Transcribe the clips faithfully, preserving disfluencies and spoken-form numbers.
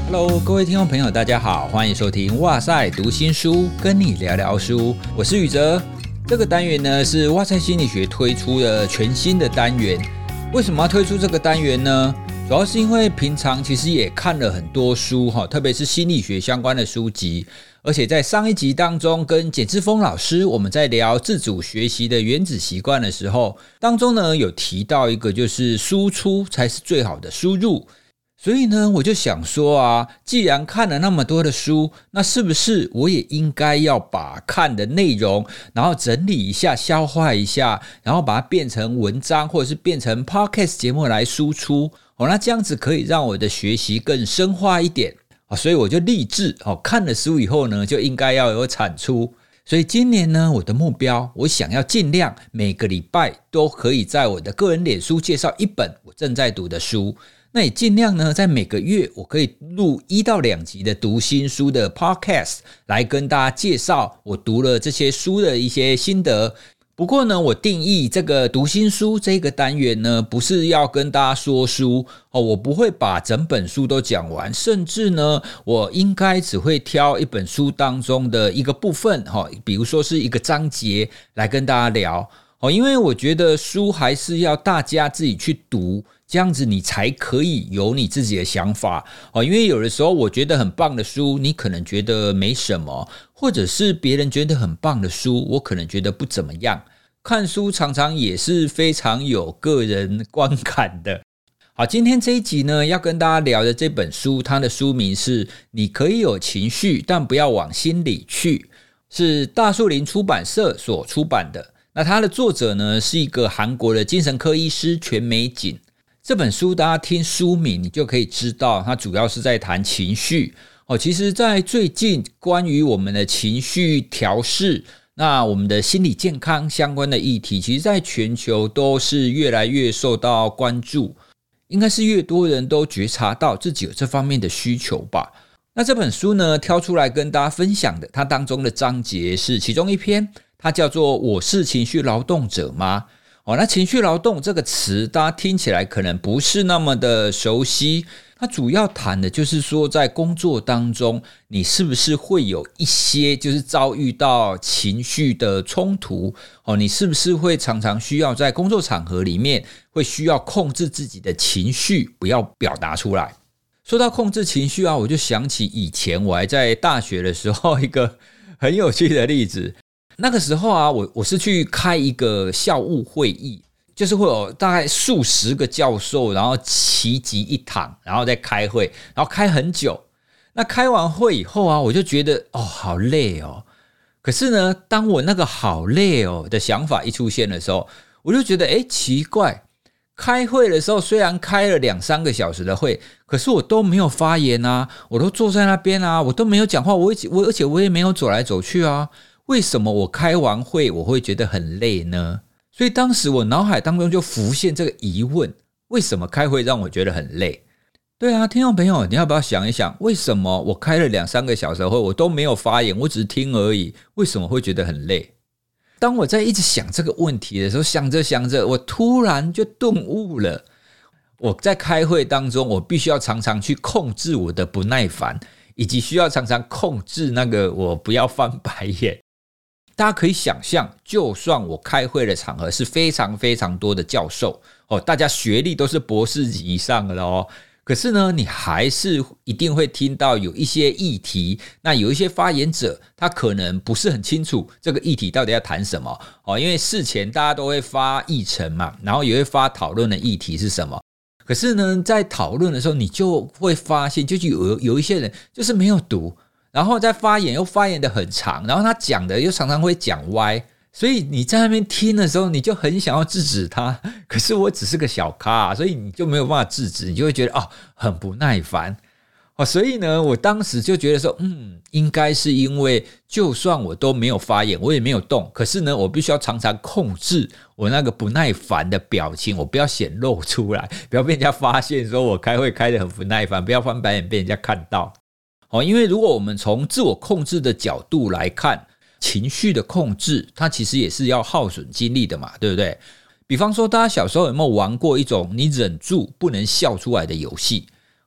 Hello， 各位听众朋友，大家好，欢迎收听哇塞读新书，跟你聊聊书，我是宇哲。这个单元呢是哇塞心理学推出的全新的单元。为什么要推出这个单元呢？主要是因为平常其实也看了很多书，特别是心理学相关的书籍，而且在上一集当中跟简志峰老师我们在聊自主学习的原子习惯的时候，当中呢有提到一个就是输出才是最好的输入。所以呢我就想说啊，既然看了那么多的书，那是不是我也应该要把看的内容然后整理一下，消化一下，然后把它变成文章或者是变成 podcast 节目来输出，哦，那这样子可以让我的学习更深化一点，哦，所以我就立志，哦，看了书以后呢就应该要有产出。所以今年呢我的目标，我想要尽量每个礼拜都可以在我的个人脸书介绍一本我正在读的书，那也尽量呢在每个月我可以录一到两集的读新书的 podcast 来跟大家介绍我读了这些书的一些心得。不过呢我定义这个读新书这个单元呢，不是要跟大家说书，哦，我不会把整本书都讲完，甚至呢我应该只会挑一本书当中的一个部分，哦，比如说是一个章节来跟大家聊，哦，因为我觉得书还是要大家自己去读，这样子你才可以有你自己的想法，哦，因为有的时候我觉得很棒的书你可能觉得没什么，或者是别人觉得很棒的书我可能觉得不怎么样。看书常常也是非常有个人观感的。好，今天这一集呢要跟大家聊的这本书，它的书名是你可以有情绪但不要往心里去，是大树林出版社所出版的。那它的作者呢是一个韩国的精神科医师全美景。这本书大家听书名你就可以知道它主要是在谈情绪，哦，其实在最近关于我们的情绪调适，那我们的心理健康相关的议题，其实在全球都是越来越受到关注，应该是越多人都觉察到自己有这方面的需求吧。那这本书呢挑出来跟大家分享的，它当中的章节是其中一篇，它叫做我是情绪劳动者吗？哦，那情绪劳动这个词大家听起来可能不是那么的熟悉，它主要谈的就是说在工作当中你是不是会有一些就是遭遇到情绪的冲突，哦，你是不是会常常需要在工作场合里面会需要控制自己的情绪不要表达出来。说到控制情绪啊，我就想起以前我还在大学的时候一个很有趣的例子。那个时候啊，我我是去开一个校务会议，就是会有大概数十个教授，然后齐集一堂，然后再开会，然后开很久。那开完会以后啊，我就觉得哦，好累哦。可是呢，当我那个好累哦的想法一出现的时候，我就觉得诶，奇怪，开会的时候虽然开了两三个小时的会，可是我都没有发言啊，我都坐在那边啊，我都没有讲话，我我而且我也没有走来走去啊。为什么我开完会我会觉得很累呢？所以当时我脑海当中就浮现这个疑问，为什么开会让我觉得很累？对啊，听众朋友，你要不要想一想，为什么我开了两三个小时的会我都没有发言，我只是听而已，为什么会觉得很累？当我在一直想这个问题的时候，想着想着我突然就顿悟了。我在开会当中我必须要常常去控制我的不耐烦，以及需要常常控制那个我不要翻白眼。大家可以想象，就算我开会的场合是非常非常多的教授，哦，大家学历都是博士级以上的哦，可是呢你还是一定会听到有一些议题，那有一些发言者他可能不是很清楚这个议题到底要谈什么，哦，因为事前大家都会发议程嘛，然后也会发讨论的议题是什么。可是呢在讨论的时候你就会发现，就是有有一些人就是没有读，然后在发言又发言的很长，然后他讲的又常常会讲歪，所以你在那边听的时候你就很想要制止他，可是我只是个小咖，啊，所以你就没有办法制止，你就会觉得哦很不耐烦，哦，所以呢我当时就觉得说嗯，应该是因为就算我都没有发言，我也没有动，可是呢我必须要常常控制我那个不耐烦的表情，我不要显露出来，不要被人家发现说我开会开得很不耐烦，不要翻白眼被人家看到。哦，因为如果我们从自我控制的角度来看，情绪的控制它其实也是要耗损精力的嘛，对不对？比方说大家小时候有没有玩过一种你忍住不能笑出来的游戏？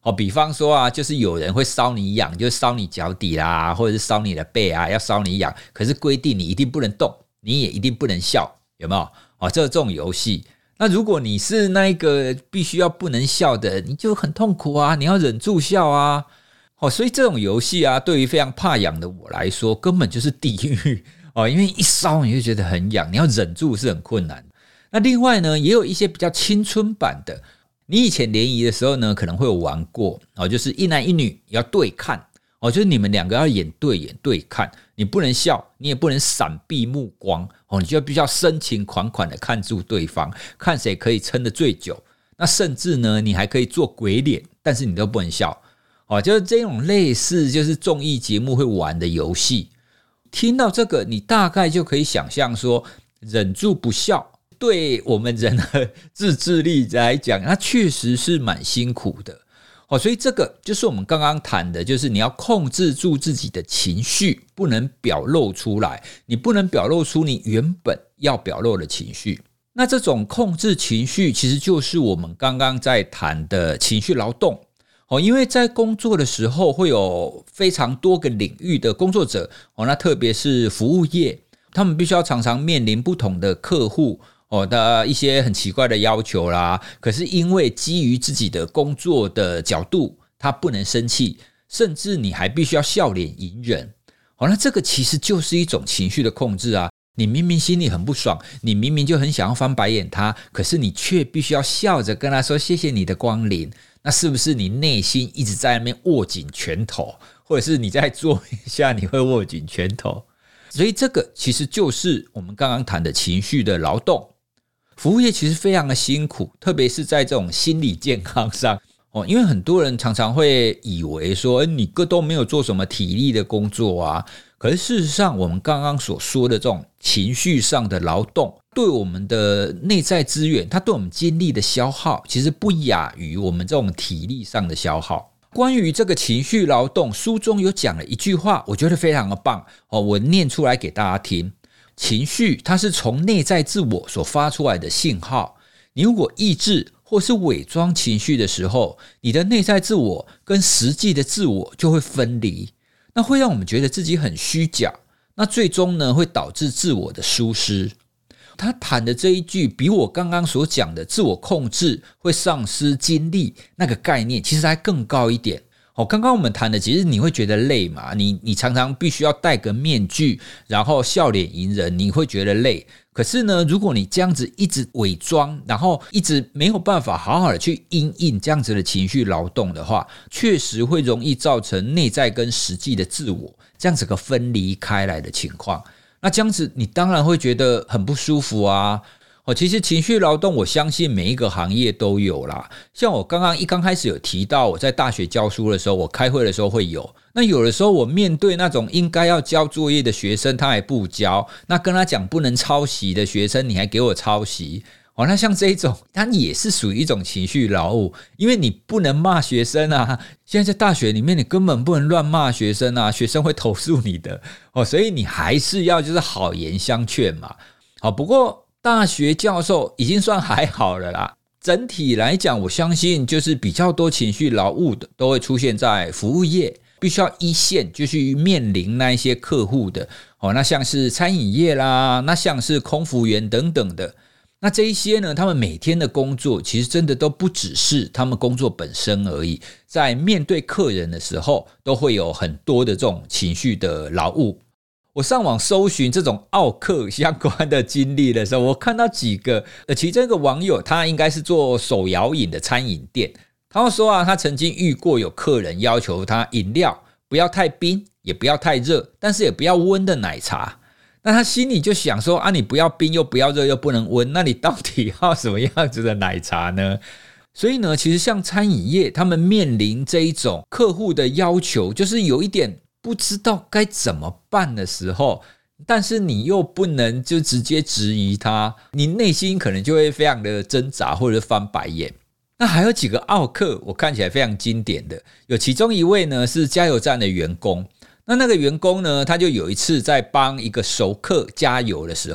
哦，比方说啊，就是有人会搔你痒，就搔你脚底啦，或者是搔你的背啊，要搔你痒，可是规定你一定不能动，你也一定不能笑，有没有？哦，这这种游戏，那如果你是那一个必须要不能笑的，你就很痛苦啊，你要忍住笑啊。哦，所以这种游戏啊，对于非常怕痒的我来说，根本就是地狱哦，因为一搔你就觉得很痒，你要忍住是很困难。那另外呢，也有一些比较青春版的。你以前联谊的时候呢，可能会有玩过哦，就是一男一女要对看哦，就是你们两个要演对眼对看，你不能笑，你也不能闪避目光哦，你就必须要深情款款的看住对方，看谁可以撑得最久。那甚至呢，你还可以做鬼脸，但是你都不能笑哦，就是这种类似就是综艺节目会玩的游戏。听到这个，你大概就可以想象说，忍住不笑。对我们人的自制力来讲，它确实是蛮辛苦的哦，所以这个就是我们刚刚谈的，就是你要控制住自己的情绪，不能表露出来，你不能表露出你原本要表露的情绪。那这种控制情绪，其实就是我们刚刚在谈的情绪劳动哦，因为在工作的时候会有非常多个领域的工作者哦，那特别是服务业，他们必须要常常面临不同的客户。哦的一些很奇怪的要求啦，可是因为基于自己的工作的角度，他不能生气，甚至你还必须要笑脸迎人。哦，那这个其实就是一种情绪的控制啊！你明明心里很不爽，你明明就很想要翻白眼他，可是你却必须要笑着跟他说谢谢你的光临。那是不是你内心一直在那边握紧拳头，或者是你在做一下你会握紧拳头？所以这个其实就是我们刚刚谈的情绪的劳动。服务业其实非常的辛苦，特别是在这种心理健康上哦，因为很多人常常会以为说，你哥都没有做什么体力的工作啊，可是事实上，我们刚刚所说的这种情绪上的劳动，对我们的内在资源，它对我们精力的消耗，其实不亚于我们这种体力上的消耗。关于这个情绪劳动，书中有讲了一句话，我觉得非常的棒哦，我念出来给大家听。情绪它是从内在自我所发出来的信号，你如果抑制或是伪装情绪的时候，你的内在自我跟实际的自我就会分离，那会让我们觉得自己很虚假，那最终呢会导致自我的疏失。他谈的这一句比我刚刚所讲的自我控制会丧失精力那个概念其实还更高一点。哦，刚刚我们谈的其实你会觉得累嘛，你你常常必须要戴个面具，然后笑脸迎人，你会觉得累。可是呢，如果你这样子一直伪装，然后一直没有办法好好的去因应这样子的情绪劳动的话，确实会容易造成内在跟实际的自我这样子个分离开来的情况。那这样子你当然会觉得很不舒服啊。哦，其实情绪劳动我相信每一个行业都有啦，像我刚刚一刚开始有提到我在大学教书的时候，我开会的时候会有，那有的时候我面对那种应该要交作业的学生他还不交，那跟他讲不能抄袭的学生你还给我抄袭。哦，那像这一种它也是属于一种情绪劳务，因为你不能骂学生啊，现在在大学里面你根本不能乱骂学生啊，学生会投诉你的哦，所以你还是要就是好言相劝嘛。好，不过大学教授已经算还好了啦，整体来讲我相信就是比较多情绪劳务的都会出现在服务业，必须要一线就去面临那一些客户的哦，那像是餐饮业啦，那像是空服员等等的，那这一些呢他们每天的工作其实真的都不只是他们工作本身而已，在面对客人的时候都会有很多的这种情绪的劳务。我上网搜寻这种奥客相关的经历的时候，我看到几个呃，其中一个网友他应该是做手摇饮的餐饮店，他说啊，他曾经遇过有客人要求他饮料不要太冰也不要太热，但是也不要温的奶茶，那他心里就想说啊，你不要冰又不要热又不能温，那你到底要什么样子的奶茶呢？所以呢，其实像餐饮业他们面临这一种客户的要求，就是有一点不知道该怎么办的时候，但是你又不能就直接质疑他，你内心可能就会非常的挣扎或者翻白眼。那还有几个奥客我看起来非常经典的，有其中一位呢是加油站的员工，那那个员工呢他就有一次在帮一个熟客加油的时候，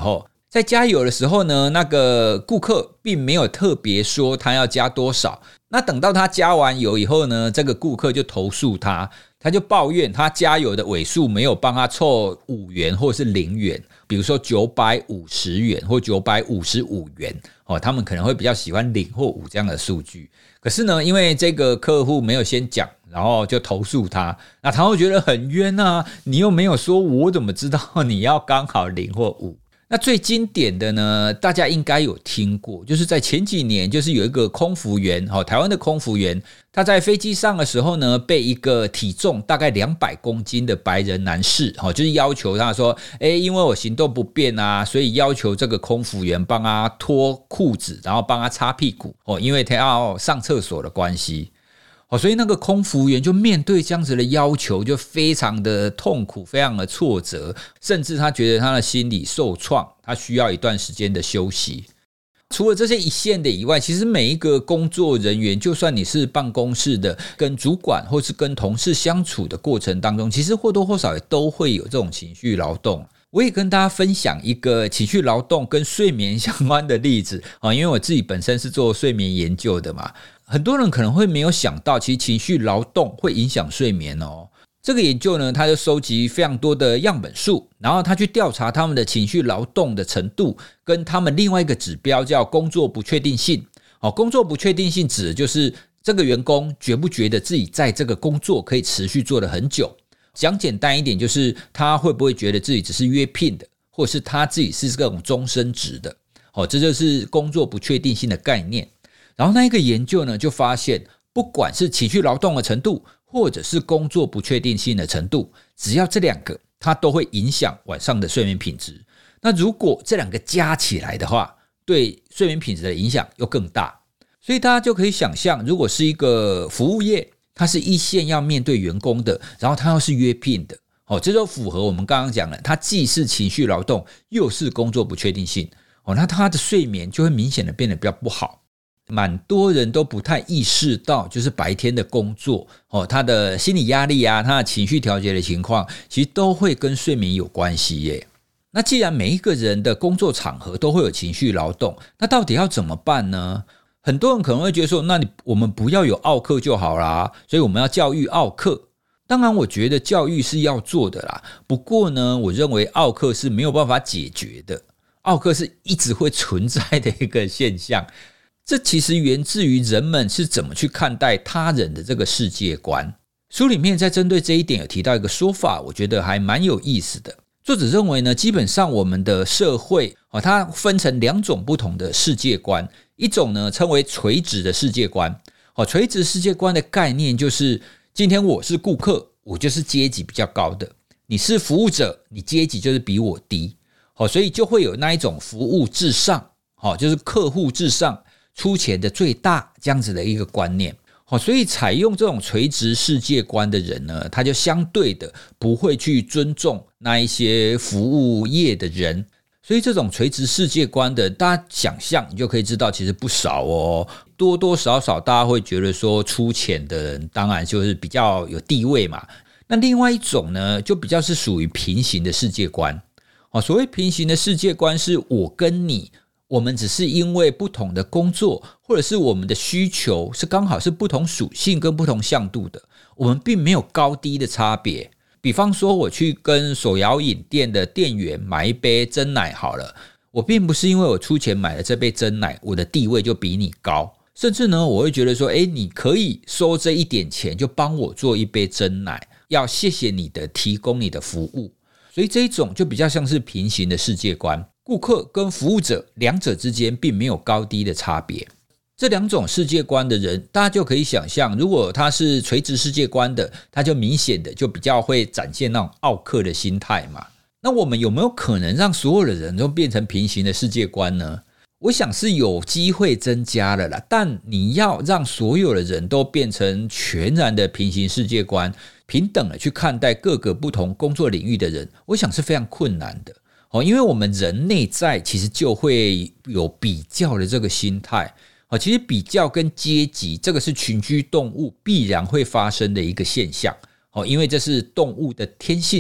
在加油的时候呢，那个顾客并没有特别说他要加多少，那等到他加完油以后呢，这个顾客就投诉他，他就抱怨他加油的尾数没有帮他凑五元或是零元，比如说九百五十元或九百五十五元、哦、他们可能会比较喜欢零或五这样的数据。可是呢，因为这个客户没有先讲，然后就投诉他，那他会觉得很冤啊，你又没有说，我怎么知道你要刚好零或五？那最经典的呢，大家应该有听过，就是在前几年，就是有一个空服员，台湾的空服员，他在飞机上的时候呢，被一个体重大概两百公斤的白人男士，就是要求他说，诶，因为我行动不便啊，所以要求这个空服员帮他脱裤子，然后帮他擦屁股，因为他要上厕所的关系。所以那个空服员就面对这样子的要求，就非常的痛苦，非常的挫折，甚至他觉得他的心理受创，他需要一段时间的休息。除了这些一线的以外，其实每一个工作人员，就算你是办公室的，跟主管或是跟同事相处的过程当中，其实或多或少也都会有这种情绪劳动。我也跟大家分享一个情绪劳动跟睡眠相关的例子，因为我自己本身是做睡眠研究的嘛。很多人可能会没有想到，其实情绪劳动会影响睡眠哦。这个研究呢，他就收集非常多的样本数，然后他去调查他们的情绪劳动的程度，跟他们另外一个指标叫工作不确定性。哦，工作不确定性指的就是这个员工觉不觉得自己在这个工作可以持续做得很久。讲简单一点，就是他会不会觉得自己只是约聘的，或者是他自己是这种终身职的。哦，这就是工作不确定性的概念。然后那一个研究呢，就发现不管是情绪劳动的程度，或者是工作不确定性的程度，只要这两个，它都会影响晚上的睡眠品质。那如果这两个加起来的话，对睡眠品质的影响又更大。所以大家就可以想象，如果是一个服务业，它是一线要面对员工的，然后它又是约聘的，哦，这就符合我们刚刚讲的，它既是情绪劳动，又是工作不确定性，哦，那它的睡眠就会明显的变得比较不好。蛮多人都不太意识到，就是白天的工作，哦，他的心理压力啊，他的情绪调节的情况，其实都会跟睡眠有关系耶。那既然每一个人的工作场合都会有情绪劳动，那到底要怎么办呢？很多人可能会觉得说，那你我们不要有奥客就好啦，所以我们要教育奥客。当然我觉得教育是要做的啦，不过呢，我认为奥客是没有办法解决的，奥客是一直会存在的一个现象。这其实源自于人们是怎么去看待他人的这个世界观。书里面在针对这一点有提到一个说法，我觉得还蛮有意思的。作者认为呢，基本上我们的社会，它分成两种不同的世界观，一种呢称为垂直的世界观。垂直世界观的概念就是，今天我是顾客，我就是阶级比较高的；你是服务者，你阶级就是比我低。所以就会有那一种服务至上，就是客户至上，出钱的最大这样子的一个观念。所以采用这种垂直世界观的人呢，他就相对的不会去尊重那一些服务业的人。所以这种垂直世界观的，大家想象你就可以知道其实不少哦，多多少少大家会觉得说出钱的人当然就是比较有地位嘛。那另外一种呢，就比较是属于平行的世界观。所谓平行的世界观，是我跟你，我们只是因为不同的工作，或者是我们的需求是刚好是不同属性跟不同向度的，我们并没有高低的差别。比方说我去跟手摇饮店的店员买一杯珍奶好了，我并不是因为我出钱买了这杯珍奶，我的地位就比你高，甚至呢我会觉得说，诶，你可以收这一点钱就帮我做一杯珍奶，要谢谢你的提供你的服务。所以这一种就比较像是平行的世界观，顾客跟服务者两者之间并没有高低的差别。这两种世界观的人，大家就可以想象，如果他是垂直世界观的，他就明显的就比较会展现那种奥客的心态嘛。那我们有没有可能让所有的人都变成平行的世界观呢？我想是有机会增加了啦，但你要让所有的人都变成全然的平行世界观，平等的去看待各个不同工作领域的人，我想是非常困难的。因为我们人内在其实就会有比较的这个心态。其实比较跟阶级，这个是群居动物必然会发生的一个现象，因为这是动物的天性，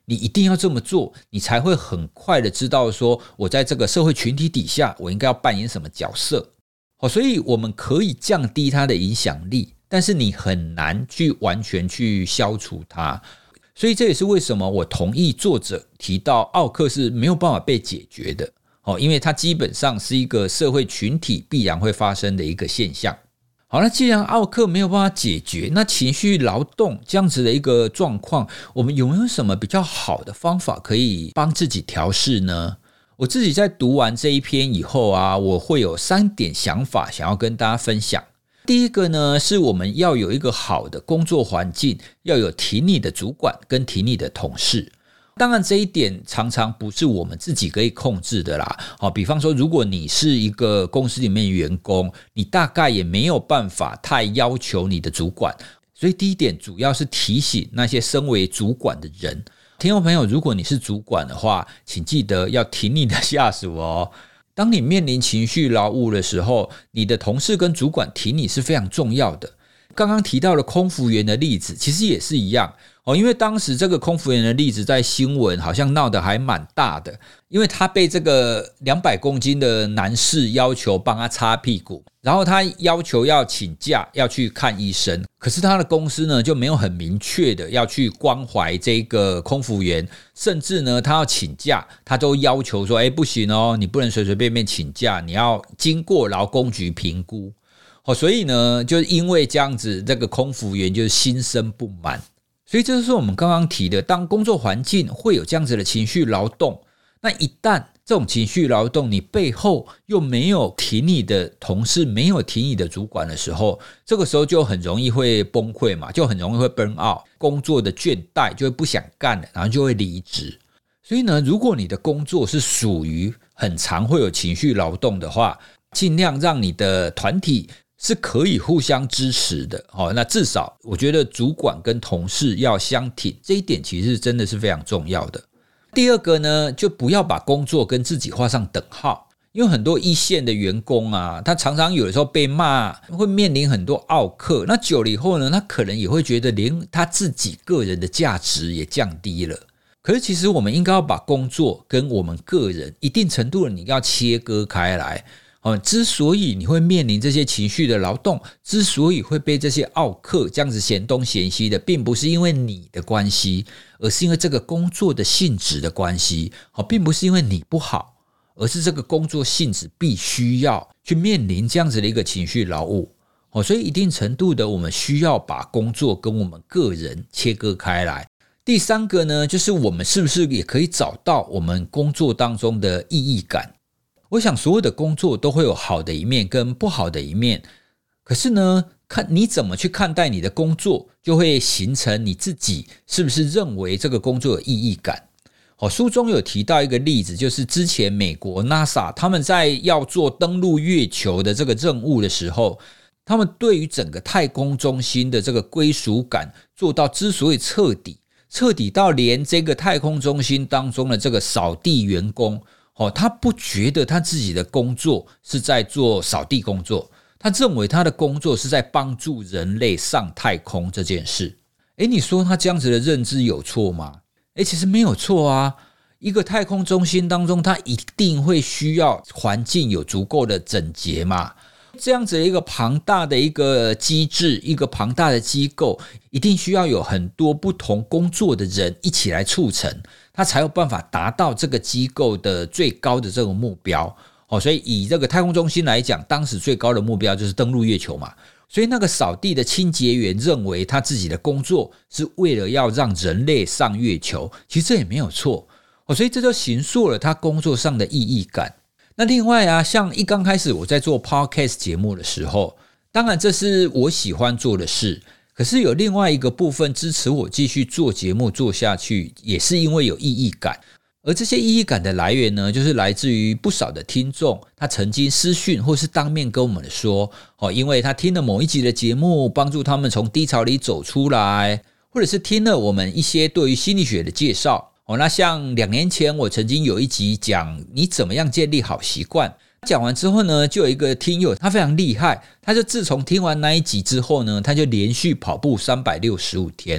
你一定要这么做，你才会很快的知道说我在这个社会群体底下我应该要扮演什么角色。所以我们可以降低它的影响力，但是你很难去完全去消除它。所以这也是为什么我同意作者提到奥客是没有办法被解决的，因为它基本上是一个社会群体必然会发生的一个现象。好，那既然奥客没有办法解决，那情绪劳动这样子的一个状况，我们有没有什么比较好的方法可以帮自己调试呢？我自己在读完这一篇以后啊，我会有三点想法想要跟大家分享。第一个呢，是我们要有一个好的工作环境，要有挺你的主管跟挺你的同事。当然这一点常常不是我们自己可以控制的啦。好，比方说如果你是一个公司里面的员工，你大概也没有办法太要求你的主管。所以第一点主要是提醒那些身为主管的人，听众朋友，如果你是主管的话，请记得要挺你的下属哦。当你面临情绪劳务的时候，你的同事跟主管挺你是非常重要的。刚刚提到的空服员的例子其实也是一样，因为当时这个空服员的例子在新闻好像闹得还蛮大的，因为他被这个两百公斤的男士要求帮他擦屁股，然后他要求要请假要去看医生，可是他的公司呢就没有很明确的要去关怀这个空服员，甚至呢他要请假他都要求说，哎，不行哦，你不能随随便便请假，你要经过劳工局评估。所以呢就是因为这样子，这个空服员就是心生不满。所以这就是我们刚刚提的，当工作环境会有这样子的情绪劳动，那一旦这种情绪劳动你背后又没有挺你的同事，没有挺你的主管的时候，这个时候就很容易会崩溃嘛，就很容易会 burn out， 工作的倦怠，就会不想干了，然后就会离职。所以呢，如果你的工作是属于很常会有情绪劳动的话，尽量让你的团体是可以互相支持的。那至少我觉得主管跟同事要相挺，这一点其实真的是非常重要的。第二个呢，就不要把工作跟自己画上等号，因为很多一线的员工啊，他常常有的时候被骂，会面临很多奥客，那久了以后呢，他可能也会觉得连他自己个人的价值也降低了。可是其实我们应该要把工作跟我们个人一定程度的你要切割开来。之所以你会面临这些情绪的劳动，之所以会被这些奥客这样子嫌东嫌西的，并不是因为你的关系，而是因为这个工作的性质的关系，并不是因为你不好，而是这个工作性质必须要去面临这样子的一个情绪劳务。所以一定程度的我们需要把工作跟我们个人切割开来。第三个呢，就是我们是不是也可以找到我们工作当中的意义感。我想所有的工作都会有好的一面跟不好的一面，可是呢，看你怎么去看待你的工作，就会形成你自己是不是认为这个工作有意义感。书中有提到一个例子，就是之前美国 NASA 他们在要做登陆月球的这个任务的时候，他们对于整个太空中心的这个归属感做到之所以彻底，彻底到连这个太空中心当中的这个扫地员工，他不觉得他自己的工作是在做扫地工作，他认为他的工作是在帮助人类上太空这件事。诶，你说他这样子的认知有错吗？诶，其实没有错啊。一个太空中心当中，它一定会需要环境有足够的整洁嘛。这样子的一个庞大的一个机制，一个庞大的机构，一定需要有很多不同工作的人一起来促成，他才有办法达到这个机构的最高的这个目标。所以以这个太空中心来讲，当时最高的目标就是登陆月球嘛。所以那个扫地的清洁员认为他自己的工作是为了要让人类上月球，其实这也没有错。所以这就形塑了他工作上的意义感。那另外啊，像一刚开始我在做 podcast 节目的时候，当然这是我喜欢做的事，可是有另外一个部分支持我继续做节目做下去，也是因为有意义感。而这些意义感的来源呢，就是来自于不少的听众，他曾经私讯或是当面跟我们说，因为他听了某一集的节目，帮助他们从低潮里走出来，或者是听了我们一些对于心理学的介绍。那像两年前我曾经有一集讲你怎么样建立好习惯，讲完之后呢，就有一个听友他非常厉害，他就自从听完那一集之后呢，他就连续跑步三百六十五天，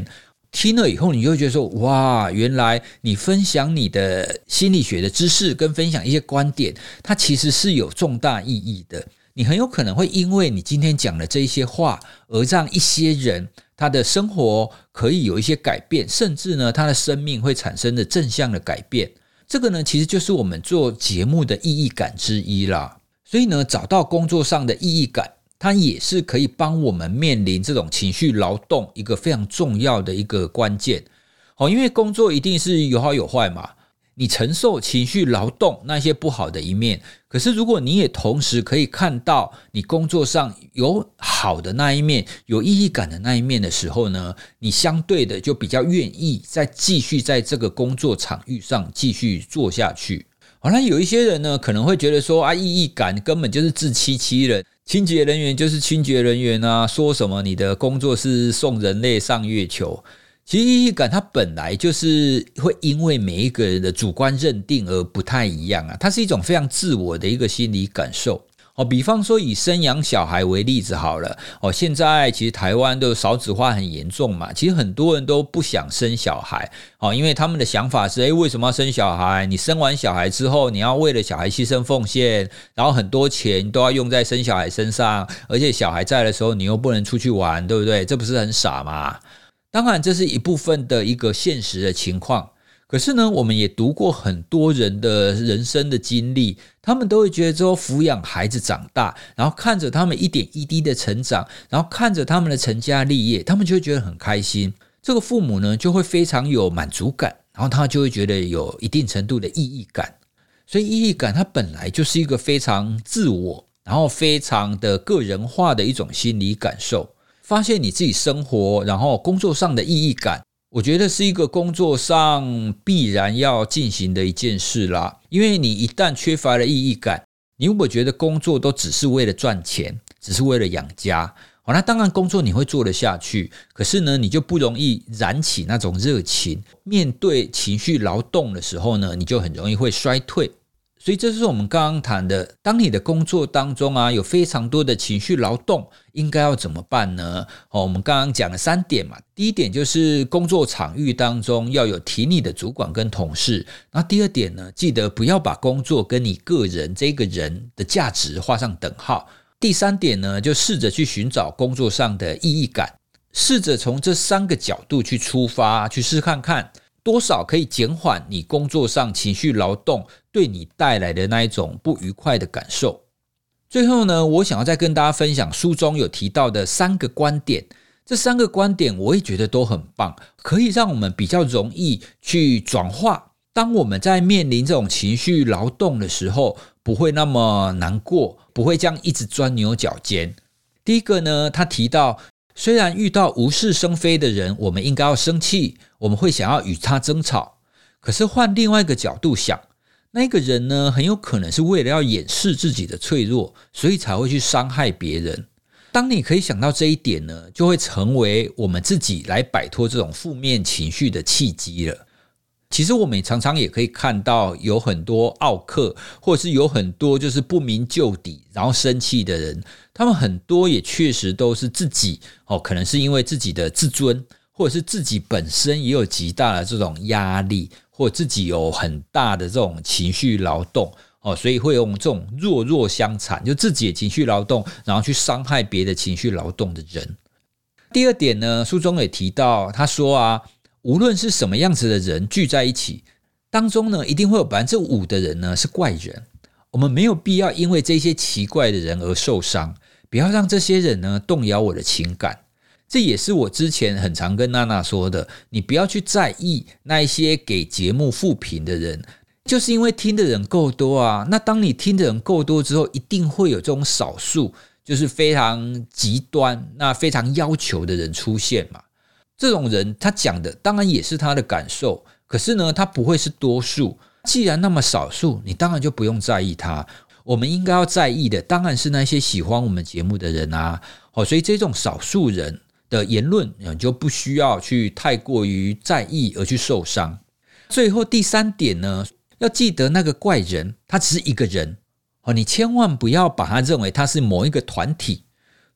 听了以后你就会觉得说，哇，原来你分享你的心理学的知识跟分享一些观点，它其实是有重大意义的。你很有可能会因为你今天讲的这一些话，而让一些人他的生活可以有一些改变，甚至呢他的生命会产生的正向的改变。这个呢其实就是我们做节目的意义感之一啦。所以呢找到工作上的意义感，它也是可以帮我们面临这种情绪劳动一个非常重要的一个关键。因为工作一定是有好有坏嘛，你承受情绪劳动那些不好的一面，可是如果你也同时可以看到你工作上有好的那一面，有意义感的那一面的时候呢，你相对的就比较愿意再继续在这个工作场域上继续做下去。好，那有一些人呢可能会觉得说啊，意义感根本就是自欺欺人，清洁人员就是清洁人员啊，说什么你的工作是送人类上月球。其实意义感它本来就是会因为每一个人的主观认定而不太一样啊，它是一种非常自我的一个心理感受。哦，比方说以生养小孩为例子好了，哦，现在其实台湾的少子化很严重嘛，其实很多人都不想生小孩，哦，因为他们的想法是，诶，为什么要生小孩？你生完小孩之后，你要为了小孩牺牲奉献，然后很多钱都要用在生小孩身上，而且小孩在的时候你又不能出去玩，对不对？这不是很傻吗？当然这是一部分的一个现实的情况，可是呢我们也读过很多人的人生的经历，他们都会觉得说抚养孩子长大，然后看着他们一点一滴的成长，然后看着他们的成家立业，他们就会觉得很开心，这个父母呢就会非常有满足感，然后他就会觉得有一定程度的意义感。所以意义感它本来就是一个非常自我，然后非常的个人化的一种心理感受。发现你自己生活然后工作上的意义感，我觉得是一个工作上必然要进行的一件事啦。因为你一旦缺乏了意义感，你如果觉得工作都只是为了赚钱，只是为了养家，好，那当然工作你会做得下去，可是呢你就不容易燃起那种热情，面对情绪劳动的时候呢，你就很容易会衰退。所以这是我们刚刚谈的，当你的工作当中啊有非常多的情绪劳动，应该要怎么办呢？哦，我们刚刚讲了三点嘛，第一点就是工作场域当中要有挺你的主管跟同事，那第二点呢，记得不要把工作跟你个人这个人的价值画上等号。第三点呢，就试着去寻找工作上的意义感，试着从这三个角度去出发，去试看看多少可以减缓你工作上情绪劳动对你带来的那一种不愉快的感受。最后呢，我想要再跟大家分享书中有提到的三个观点，这三个观点我也觉得都很棒，可以让我们比较容易去转化，当我们在面临这种情绪劳动的时候不会那么难过，不会这样一直钻牛角尖。第一个呢，他提到虽然遇到无事生非的人我们应该要生气，我们会想要与他争吵，可是换另外一个角度想，那个人呢很有可能是为了要掩饰自己的脆弱，所以才会去伤害别人。当你可以想到这一点呢，就会成为我们自己来摆脱这种负面情绪的契机了。其实我们常常也可以看到有很多傲客，或者是有很多就是不明就里然后生气的人，他们很多也确实都是自己、哦、可能是因为自己的自尊，或者是自己本身也有极大的这种压力，或者自己有很大的这种情绪劳动、哦、所以会用这种弱弱相残，就自己的情绪劳动然后去伤害别的情绪劳动的人。第二点呢，书中也提到，他说啊，无论是什么样子的人聚在一起当中呢，一定会有 百分之五 的人呢是怪人，我们没有必要因为这些奇怪的人而受伤，不要让这些人呢动摇我的情感。这也是我之前很常跟娜娜说的，你不要去在意那一些给节目负评的人，就是因为听的人够多啊，那当你听的人够多之后，一定会有这种少数就是非常极端那非常要求的人出现嘛。这种人他讲的当然也是他的感受，可是呢他不会是多数，既然那么少数，你当然就不用在意他。我们应该要在意的当然是那些喜欢我们节目的人啊，所以这种少数人的言论你就不需要去太过于在意而去受伤。最后第三点呢，要记得那个怪人他只是一个人，你千万不要把他认为他是某一个团体。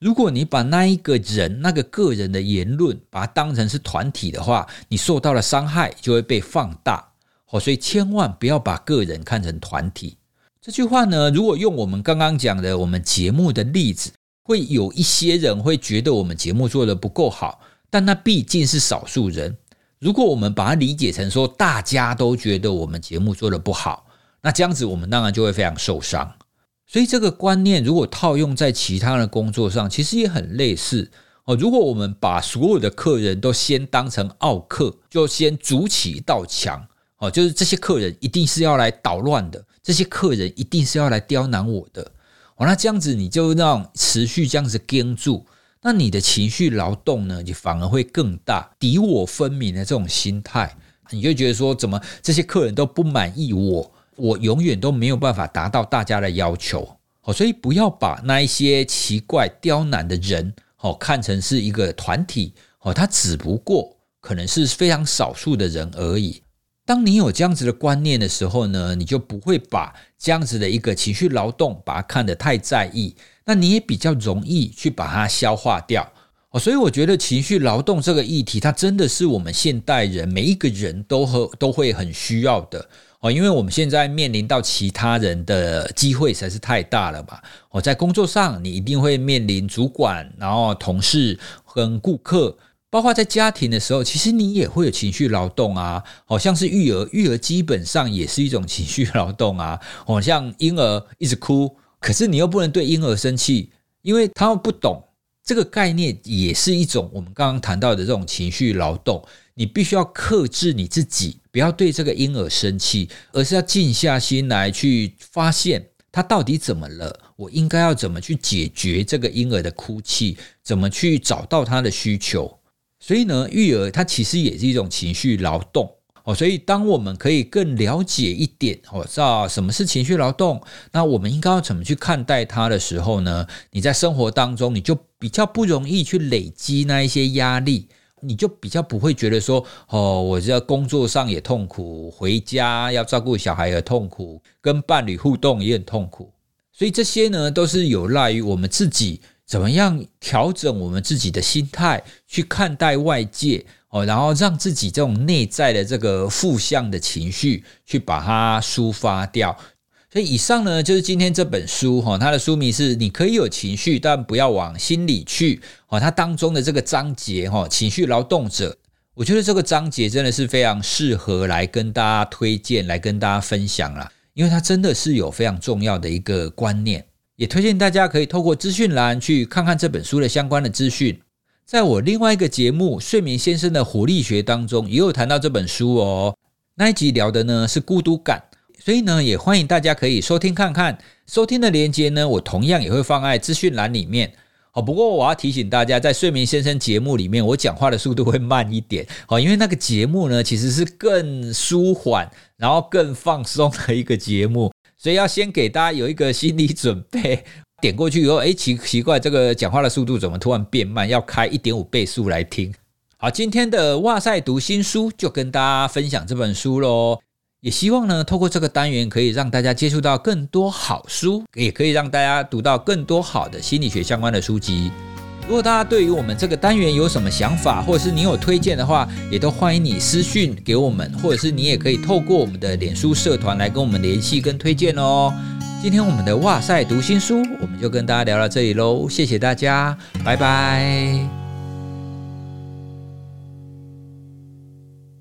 如果你把那一个人那个个人的言论把它当成是团体的话，你受到的伤害就会被放大。所以千万不要把个人看成团体。这句话呢，如果用我们刚刚讲的我们节目的例子，会有一些人会觉得我们节目做得不够好，但那毕竟是少数人。如果我们把它理解成说大家都觉得我们节目做得不好，那这样子我们当然就会非常受伤。所以这个观念如果套用在其他的工作上，其实也很类似。如果我们把所有的客人都先当成奥客，就先筑起一道墙，就是这些客人一定是要来捣乱的，这些客人一定是要来刁难我的，那这样子你就让持续这样子跟住，那你的情绪劳动呢，就反而会更大，敌我分明的这种心态，你就觉得说怎么这些客人都不满意我，我永远都没有办法达到大家的要求。所以不要把那一些奇怪刁难的人看成是一个团体，他只不过可能是非常少数的人而已。当你有这样子的观念的时候呢，你就不会把这样子的一个情绪劳动把它看得太在意，那你也比较容易去把它消化掉。所以我觉得情绪劳动这个议题，它真的是我们现代人每一个人都和都会很需要的，因为我们现在面临到其他人的机会实在是太大了嘛。在工作上你一定会面临主管，然后同事跟顾客，包括在家庭的时候，其实你也会有情绪劳动啊，好像是育儿，育儿基本上也是一种情绪劳动啊。好像婴儿一直哭，可是你又不能对婴儿生气，因为他们不懂这个概念，也是一种我们刚刚谈到的这种情绪劳动。你必须要克制你自己，不要对这个婴儿生气，而是要静下心来去发现他到底怎么了，我应该要怎么去解决这个婴儿的哭泣，怎么去找到他的需求。所以呢，育儿它其实也是一种情绪劳动。所以当我们可以更了解一点知道什么是情绪劳动，那我们应该要怎么去看待它的时候呢，你在生活当中你就比较不容易去累积那一些压力，你就比较不会觉得说哦，我在工作上也痛苦，回家要照顾小孩也痛苦，跟伴侣互动也很痛苦。所以这些呢都是有赖于我们自己怎么样调整我们自己的心态去看待外界，然后让自己这种内在的这个负向的情绪去把它抒发掉。所以以上呢就是今天这本书，它的书名是你可以有情绪但不要往心里去，它当中的这个章节情绪劳动者，我觉得这个章节真的是非常适合来跟大家推荐，来跟大家分享啦，因为它真的是有非常重要的一个观念，也推荐大家可以透过资讯栏去看看这本书的相关的资讯。在我另外一个节目睡眠先生的活力学当中也有谈到这本书哦，那一集聊的呢是孤独感，所以呢也欢迎大家可以收听看看，收听的连结呢我同样也会放在资讯栏里面。不过我要提醒大家，在睡眠先生节目里面我讲话的速度会慢一点，因为那个节目呢其实是更舒缓然后更放松的一个节目，所以要先给大家有一个心理准备，点过去以后诶奇奇怪这个讲话的速度怎么突然变慢，要开 一点五 倍速来听。好，今天的哇塞读新书就跟大家分享这本书咯，也希望呢透过这个单元可以让大家接触到更多好书，也可以让大家读到更多好的心理学相关的书籍。如果大家对于我们这个单元有什么想法，或者是你有推荐的话，也都欢迎你私讯给我们，或者是你也可以透过我们的脸书社团来跟我们联系跟推荐哦。今天我们的哇塞读新书我们就跟大家聊到这里咯，谢谢大家，拜拜。